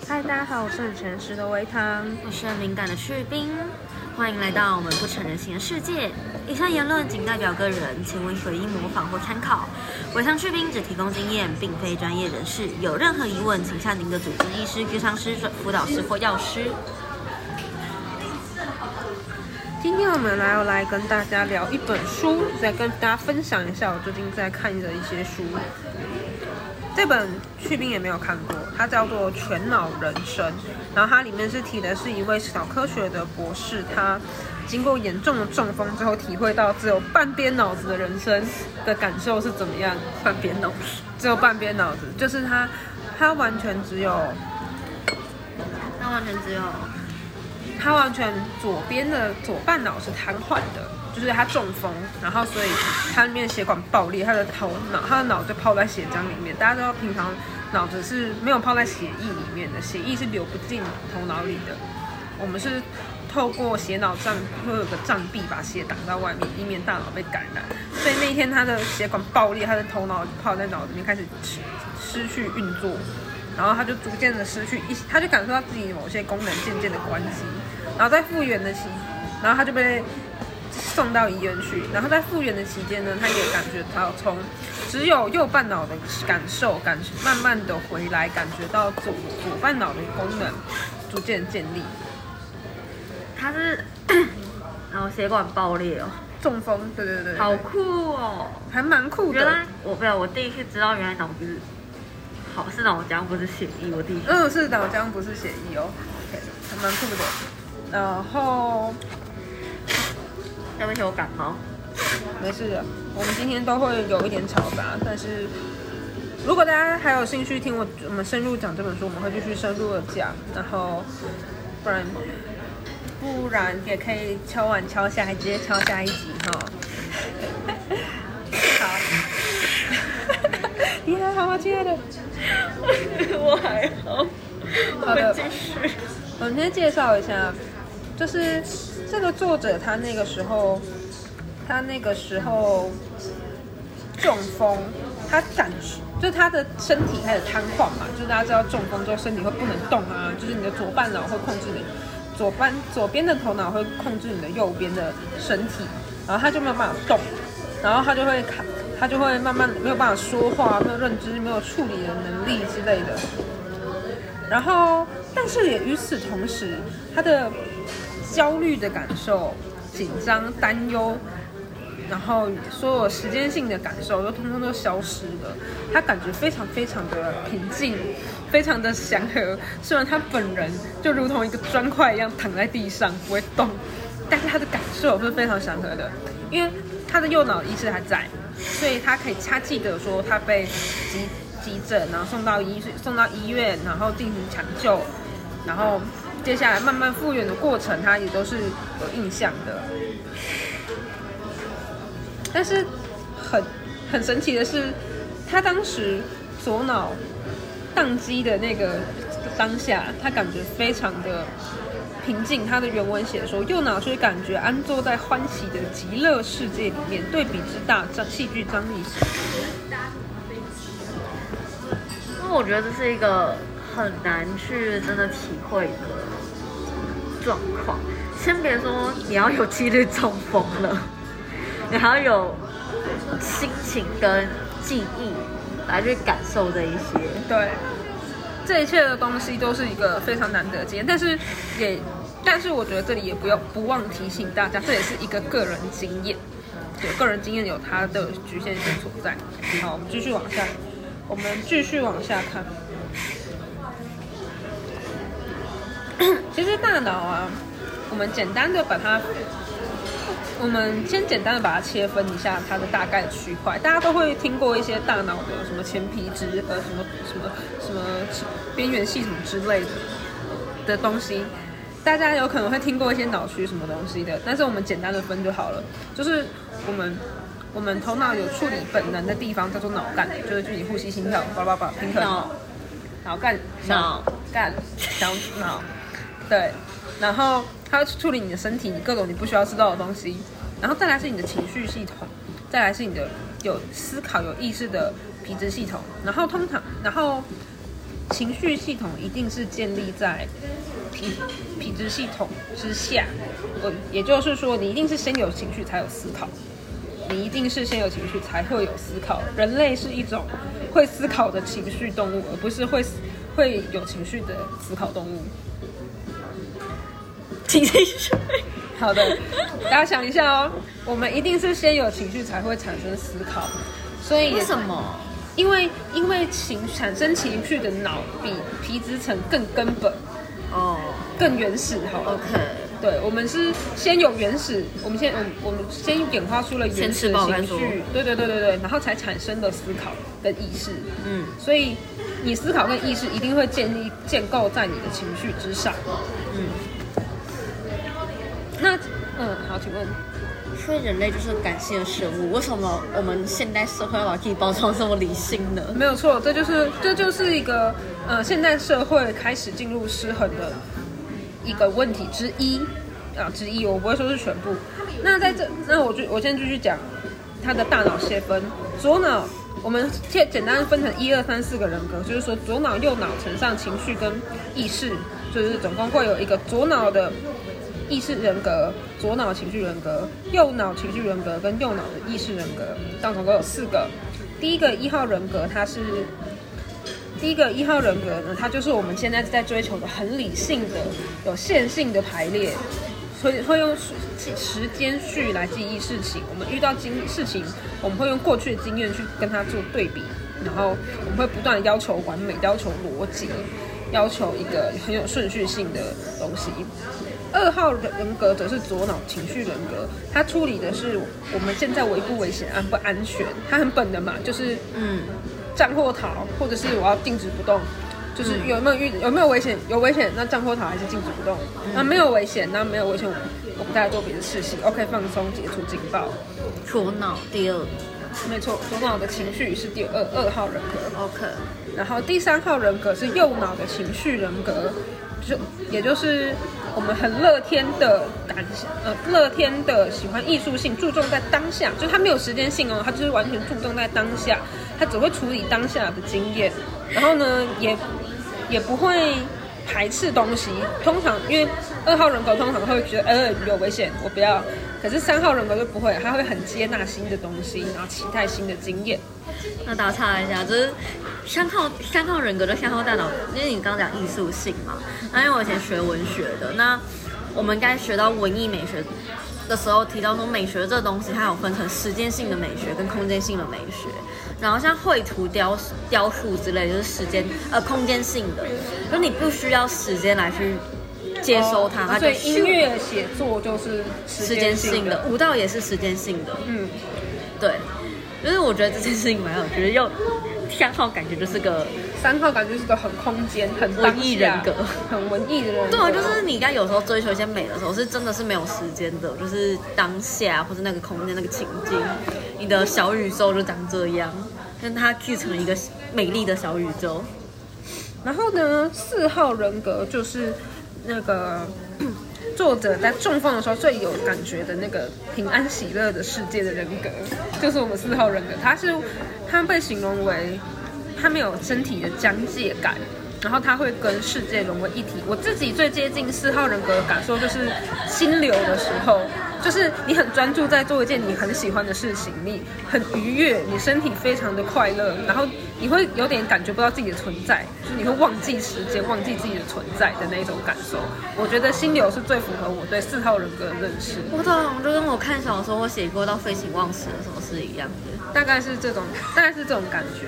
嗨，大家好，我是很诚实的微糖， 我是很敏感的去冰，欢迎来到我们不成人形的世界。以上言论仅代表个人，请勿随意模仿或参考。微糖去冰只提供经验，并非专业人士。有任何疑问，请向您的主治医师、咨商师、辅导师或药师。 今天我们来跟大家聊一本书，再跟大家分享一下我最近在看的一些书。这本去冰也没有看过，它叫做《全脑人生》，然后它里面是提的是一位脑科学的博士，他经过严重的中风之后，体会到只有半边脑子的人生的感受是怎么样。 半边脑子， 只有半边脑子，就是他完全只有，他完全左半脑是瘫痪的。就是他中风，然后所以他里面的血管爆裂，他的脑就泡在血浆里面。大家知道平常脑子是没有泡在血液里面的，血液是流不进头脑里的。我们是透过血脑障会有个障壁把血挡到外面，以免大脑被感染。所以那一天他的血管爆裂，他的头脑泡在脑子里面开始失去运作，然后他就逐渐的他就感受到自己某些功能渐渐的关机，然后在复原的然后他就被送到医院去，然后在复原的期间呢，他也感觉到从只有右半脑的感受慢慢的回来，感觉到左半脑的功能逐渐建立。 他是然后血管爆裂哦， 中风，对， 好酷哦， 还蛮酷的。 原来我第一次知道，原来脑子是脑浆不是血液，我第一次是脑浆不是血液哦，还蛮酷的。然后。 对不起，我感冒。 没事的，我们今天都会有一点吵杂，但是如果大家还有兴趣听我们深入讲这本书，我们会继续深入的讲，然后不然也可以直接敲下一集哈。好，你还好吗，亲爱的？ 我还好。 好的， 继续。 我们先介绍一下，就是这个作者他那个时候中风，就是他的身体开始瘫痪嘛，就是大家知道中风之后身体会不能动啊，就是你的左半脑会控制你左边的头脑会控制你的右边的身体，然后他就没有办法动，然后他就会慢慢没有办法说话，没有认知，没有处理的能力之类的。然后，但是也与此同时，他的焦虑的感受、紧张、担忧，然后所有时间性的感受又通通都消失了。他感觉非常非常的平静，非常的祥和。虽然他本人就如同一个砖块一样躺在地上不会动，但是他的感受是非常祥和的，因为他的右脑意识还在，所以他记得说他被急诊，然后送到医院，然后进行抢救，然后接下来慢慢复原的过程，他也都是有印象的。但是很神奇的是，他当时左脑宕机的那个当下，他感觉非常的平静。他的原文写说，右脑却感觉安坐在欢喜的极乐世界里面，对比之大，戏剧张力十足。 我觉得这是一个很难去真的体会的状况。先别说你要有几率中风了，你还要有心情跟记忆来去感受这一些。 对，这一切的东西都是一个非常难得的经验，但是我觉得这里也不忘提醒大家，这也是一个个人经验，对，个人经验有它的局限性所在。好，我们继续往下看。其实大脑啊，我们先简单的把它切分一下它的大概的区块。大家都会听过一些大脑的什么前皮质什么边缘系统之类的东西，大家有可能会听过一些脑区什么东西的，但是我们简单的分就好了。就是我们头脑有处理本能的地方叫做脑干，就是你呼吸、心跳、平衡。脑干、小脑，对。然后它会处理你的身体，你各种你不需要知道的东西。然后再来是你的情绪系统，再来是你的有思考、有意识的皮质系统。然后情绪系统一定是建立在皮质系统之下，也就是说，你一定是先有情绪才有思考，你一定是先有情绪才会有思考。人类是一种会思考的情绪动物，而不是会有情绪的思考动物。 情绪。 好的，大家想一下哦，我们一定是先有情绪才会产生思考，所以为什么？ 因为产生情绪的脑比皮质层更根本，更原始哈。 OK， 对，我们是先有原始，我们先演化出了原始的情绪，对，然后才产生的思考跟意识。所以你思考跟意识一定会建构在你的情绪之上。好，请问， 所以人类就是感性的生物，为什么我们现代社会要把自己包装这么理性呢？ 没有错，这就是一个现代社会开始进入失衡的一个问题之一，我不会说是全部。那我先继续讲他的大脑切分，左脑我们简单分成1、2、3、4个人格，就是说左脑、右脑乘上情绪跟意识，就是总共会有一个左脑的意识人格、左脑情绪人格、右脑情绪人格跟右脑的意识人格，这样总共有4个。第一个1号人格，它就是我们现在在追求的很理性的、有线性的排列，所以会用时间序来记忆事情。我们遇到事情，我们会用过去的经验去跟它做对比，然后我们会不断的要求完美、要求逻辑、要求一个很有顺序性的东西。2号人格则是左脑情绪人格，它处理的是我们现在危不危险、安不安全。它很本能嘛，就是战或逃，或者是我要静止不动，就是有没有危险？有危险，那战或逃还是静止不动？那没有危险，我不再做别的事情。OK， 放松，解除警报。 左脑第2， 没错，左脑的情绪是第2号人格。 OK， 然后第3号人格是右脑的情绪人格。也就是我们很乐天的喜欢艺术性，注重在当下，就是他没有时间性哦，他就是完全注重在当下，他只会处理当下的经验，然后呢也不会排斥东西。通常因为2号人格通常会觉得有危险我不要，可是3号人格就不会，他会很接纳新的东西，然后期待新的经验。 那打岔一下，就是三号人格的3号大脑，因为你刚刚讲艺术性嘛，那因为我以前学文学的，那我们该学到文艺美学的时候提到说，美学这东西它有分成时间性的美学跟空间性的美学，然后像绘图、雕塑之类，就是空间性的，就是你不需要时间来去接收它， 所以音乐写作就是时间性的， 舞蹈也是时间性的，对。就是我觉得这件事情蛮有趣的，又3号感觉就是个 3号感觉就是个很空间、很文艺人格、 很文艺的人格。 对，就是你该有时候追求一些美的时候，是真的是没有时间的，就是当下或是那个空间、那个情境，你的小宇宙就长这样，跟它聚成一个美丽的小宇宙。 然后呢，4号人格就是那个作者在中风的时候最有感觉的那个平安喜乐的世界的人格，就是我们4号人格。他被形容为他没有身体的疆界感，然后他会跟世界融为一体。我自己最接近4号人格的感受就是心流的时候，就是你很专注在做一件你很喜欢的事情，你很愉悦，你身体非常的快乐，然后你会有点感觉不到自己的存在，就是你会忘记时间，忘记自己的存在的那种感受。我觉得心流是最符合我对4号人格的认识。 我懂，就跟我看小说或写歌到废寝忘食的时候是一样的， 大概是这种感觉。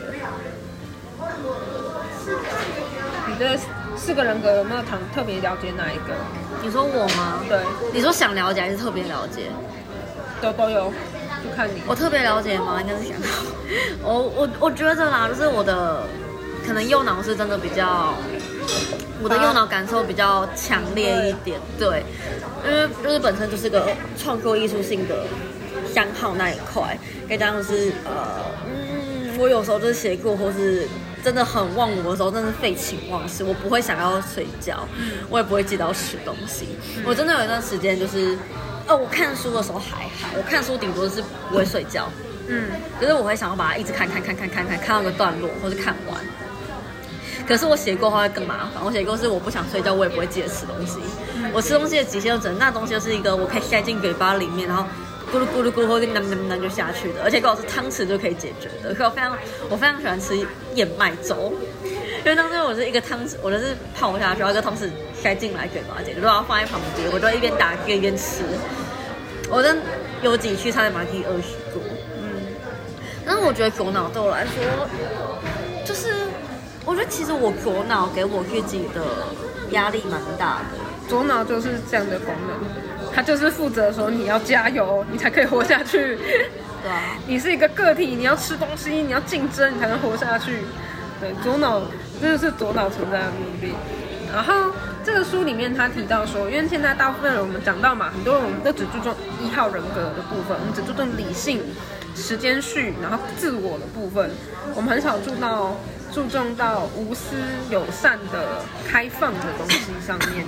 你的4个人格有没有特别了解哪一个？ 你说我吗？ 对， 你说想了解还是特别了解？ 都有，就看你。 我特别了解吗？应该是想到。我觉得啦，就是我的可能右脑是真的比较，我的右脑感受比较强烈一点，对，因为就是本身就是个创作艺术性的3号那一块，可以当然是我有时候就是写过或是真的很忘我的时候，真的是废寝忘食，我不会想要睡觉，我也不会记到吃东西。我真的有一段时间就是，我看书的时候还好，我看书顶多是不会睡觉，就是我会想要把它一直看到个段落，或是看完。 可是我写过的话会更麻烦。我写过是我不想睡觉，我也不会记得吃东西。我吃东西的极限就只能那东西就是一个我可以塞进嘴巴里面，然后咕噜咕噜咕噜或者就下去的，而且刚好是汤匙就可以解决的。可我非常喜欢吃燕麦粥，因为当时我是一个汤匙，我就是泡下去，然后一个汤匙塞进来嘴巴解决，如果要放在旁边，我就一边打嗝一边吃。我真有几区差点把自己饿死过。但是我觉得左脑对我来说，就是我觉得其实我左脑给我自己的压力蛮大的。 左脑就是这样的功能，它就是负责说你要加油，你才可以活下去。 对啊， 你是一个个体，你要吃东西，你要竞争，你才能活下去。对，左脑这就是左脑存在的目的。然后这个书里面他提到说，因为现在大部分人我们讲到嘛，很多人我们都只注重1号人格的部分，我们只注重理性、时间序，然后自我的部分，我们很少注重到无私、友善的、开放的东西上面。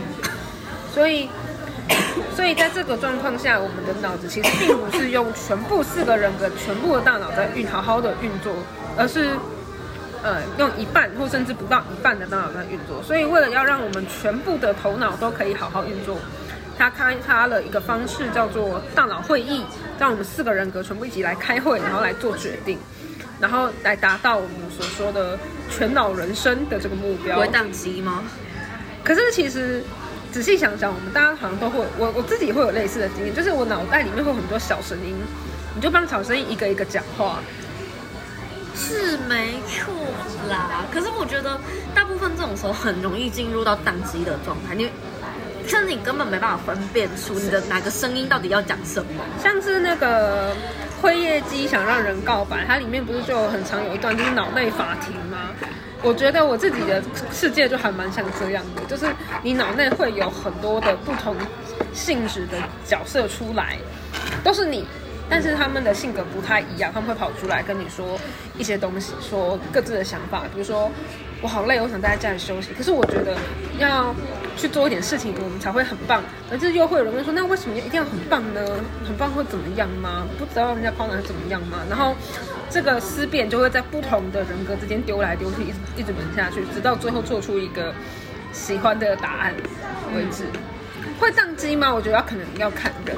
所以在这个状况下，我们的脑子其实并不是用全部4个人格、全部的大脑在好好的运作，而是用一半或甚至不到一半的大脑在运作。所以为了要让我们全部的头脑都可以好好运作，他开发了一个方式叫做大脑会议，让我们4个人格全部一起来开会，然后来做决定，然后来达到我们所说的全脑人生的这个目标。 不会宕机吗？ 可是其实仔细想想，我们大家好像都会，我自己会有类似的经验，就是我脑袋里面会有很多小声音，你就帮小声音一个一个讲话。 是没错啦，可是我觉得大部分这种时候很容易进入到宕机的状态，甚至你根本没办法分辨出你的哪个声音到底要讲什么。 像是那个辉夜姬想让人告白，它里面不是就有很长有一段就是脑内法庭吗？我觉得我自己的世界就还蛮像这样的，就是你脑内会有很多的不同性质的角色出来，都是你，但是他们的性格不太一样，他们会跑出来跟你说一些东西，说各自的想法，比如说我好累，我想待在家里休息，可是我觉得要去做一点事情我们才会很棒，可是又会有人问说，那为什么一定要很棒呢？很棒会怎么样吗？不知道人家胖男怎么样吗？然后这个思辨就会在不同的人格之间丢来丢去，一直轮下去，直到最后做出一个喜欢的答案为止。会宕机吗？我觉得可能要看人。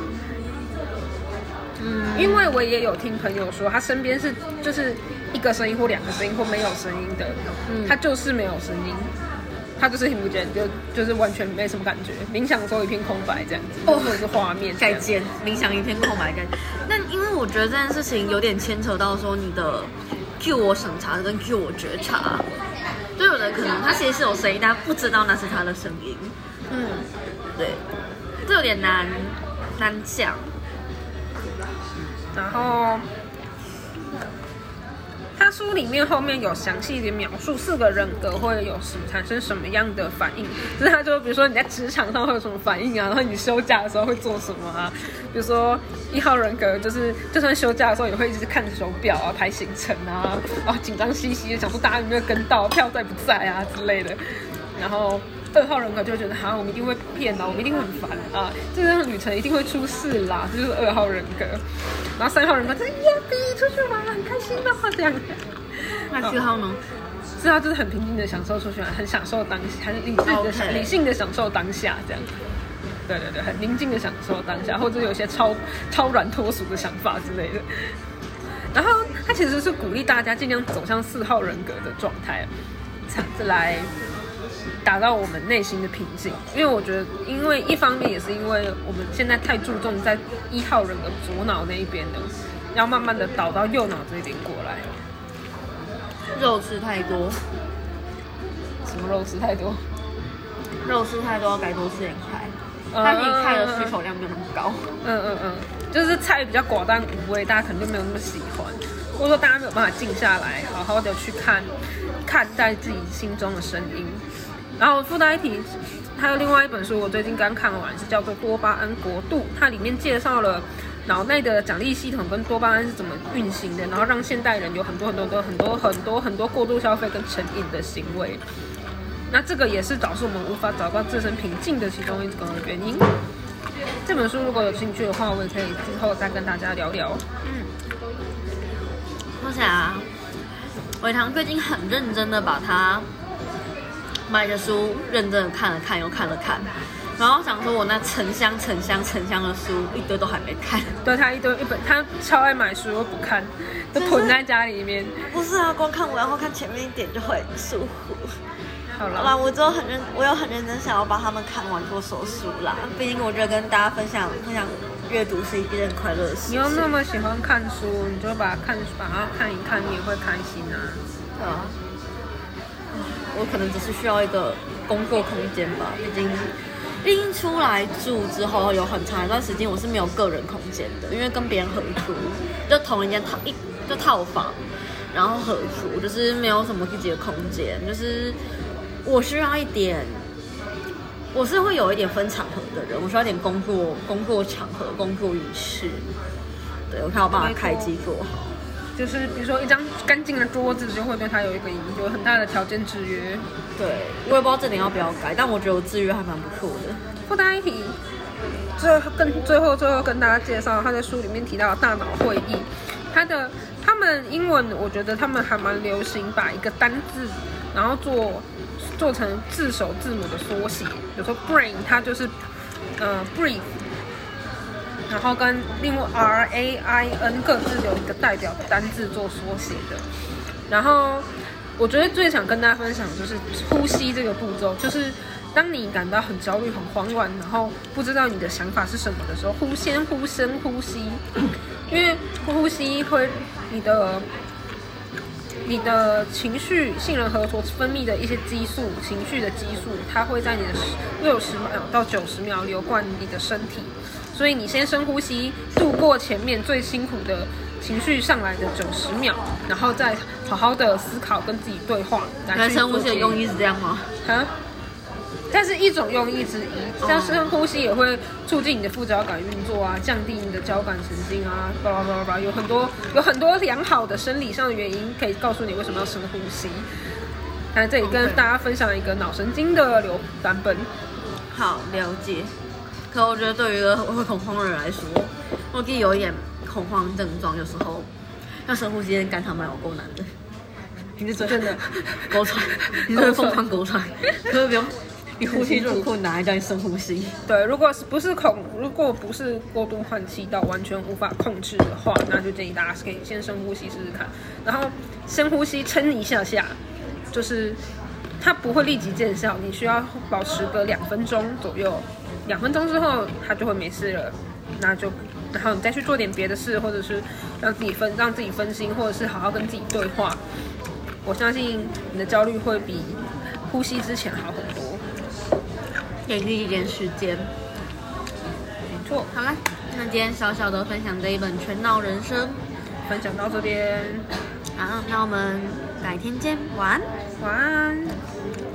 因为我也有听朋友说，他身边就是1个声音或2个声音或没有声音的，他就是没有声音，他就是听不见，就是完全没什么感觉。冥想的时候一片空白这样子，或者是画面再见，冥想一片空白感觉。但因为我觉得这件事情有点牵扯到说你的自我审查跟自我觉察，就有人可能他其实是有声音，但他不知道那是他的声音。对，这有点难讲。 然后他书里面后面有详细的描述4个人格会有产生什么样的反应，就是他就比如说你在职场上会有什么反应啊，然后你休假的时候会做什么啊，比如说1号人格就是就算休假的时候也会一直看手表啊，排行程啊，然后紧张兮兮的想说大家有没有跟到，票在不在啊之类的。然后2号人格就会觉得我们一定会骗啊，我们一定会很烦啊，这趟旅程一定会出事啦，这就是2号人格。然后3号人格就是出去玩很开心的话这样。 那4号呢 ？4号就是很平静的享受出去玩，很享受当下，很理性的享受当下这样。对，很宁静的享受当下，或者有一些超然脱俗的想法之类的。然后他其实是鼓励大家尽量走向4号人格的状态，来达到我们内心的平静。因为我觉得，因为一方面也是因为我们现在太注重在1号人格左脑那一边的，要慢慢的导到右脑这边过来。 肉吃太多？ 什么肉吃太多？ 肉吃太多要改多吃点菜，但是你菜的需求量没有那么高。 就是菜比较寡淡无味，大家可能就没有那么喜欢，或者说大家没有办法静下来，好好的去看待自己心中的声音。然后附带一提，还有另外一本书，我最近刚看完，是叫做《多巴胺国度》，它里面介绍了脑内的奖励系统跟多巴胺是怎么运行的，然后让现代人有很多过度消费跟成瘾的行为。那这个也是导致我们无法找到自身平静的其中一个原因。这本书如果有兴趣的话，我也可以之后再跟大家聊聊。 我想伟堂最近很认真的把他买的书认真的看了看又看了看，然后想说我那成箱的书一堆都还没看。 对，他一本，他超爱买书又不看，都囤在家里面。 不是啊，光看我然后看前面一点就会疏忽。 好了， 我有很认真想要把他们看完做手书啦。毕竟我觉得跟大家分享阅读是一件很快乐的事情。 你又那么喜欢看书，你就把它看一看，你也会开心啊。 对啊，我可能只是需要一个工作空间吧。毕竟出来住之后，有很长一段时间我是没有个人空间的，因为跟别人合租，就同一间套房，然后合租，就是没有什么自己的空间，就是我需要一点。我是会有一点分场合的人，我需要一点工作场合、工作仪式。对，我才有办法开机做好。 就是比如说一张干净的桌子，就会对他有很大的条件制约。 对，我也不知道这点要不要改，但我觉得我制约还蛮不错的。 附带一提，最后跟大家介绍他在书里面提到的大脑会议，他们英文我觉得他们还蛮流行把一个单字，然后做成字首字母的缩写，比如说 brain 它就是brief， 然后跟另外 RAIN 各自有一个代表的单字做缩写的。然后我觉得最想跟大家分享就是呼吸这个步骤，就是当你感到很焦虑、很慌乱，然后不知道你的想法是什么的时候，先呼吸，因为呼吸会你的情绪杏仁核所分泌的一些激素，情绪的激素，它会在你的60秒到90秒流贯你的身体，所以你先深呼吸，度过前面最辛苦的情绪上来的90秒，然后再好好的思考，跟自己对话。 那深呼吸的用意是这样吗？ 它是一种用意之一，像深呼吸也会促进你的副交感运作啊，降低你的交感神经啊，有很多良好的生理上的原因可以告诉你为什么要深呼吸。那这里跟大家分享一个脑神经的版本。 好，了解。可我觉得对于一个会恐慌的人来说，我自己有一点恐慌症状，有时候要深呼吸干他妈有够难的。你是真的狗喘，你是疯狂狗喘，可是不用。你呼吸这么困难，还叫你深呼吸？ 对，如果不是过度换气到完全无法控制的话，那就建议大家可以先深呼吸试试看。然后深呼吸撑一下，就是它不会立即见效，你需要保持个2分钟左右。2分钟之后它就会没事了，然后你再去做点别的事，或者是让自己分心，或者是好好跟自己对话。我相信你的焦虑会比呼吸之前好很多。 给自己一点时间， 没错。 好啦，那今天小小的分享这一本《全脑人生》， 分享到这边。 好，那我们改天见，晚安。 晚安。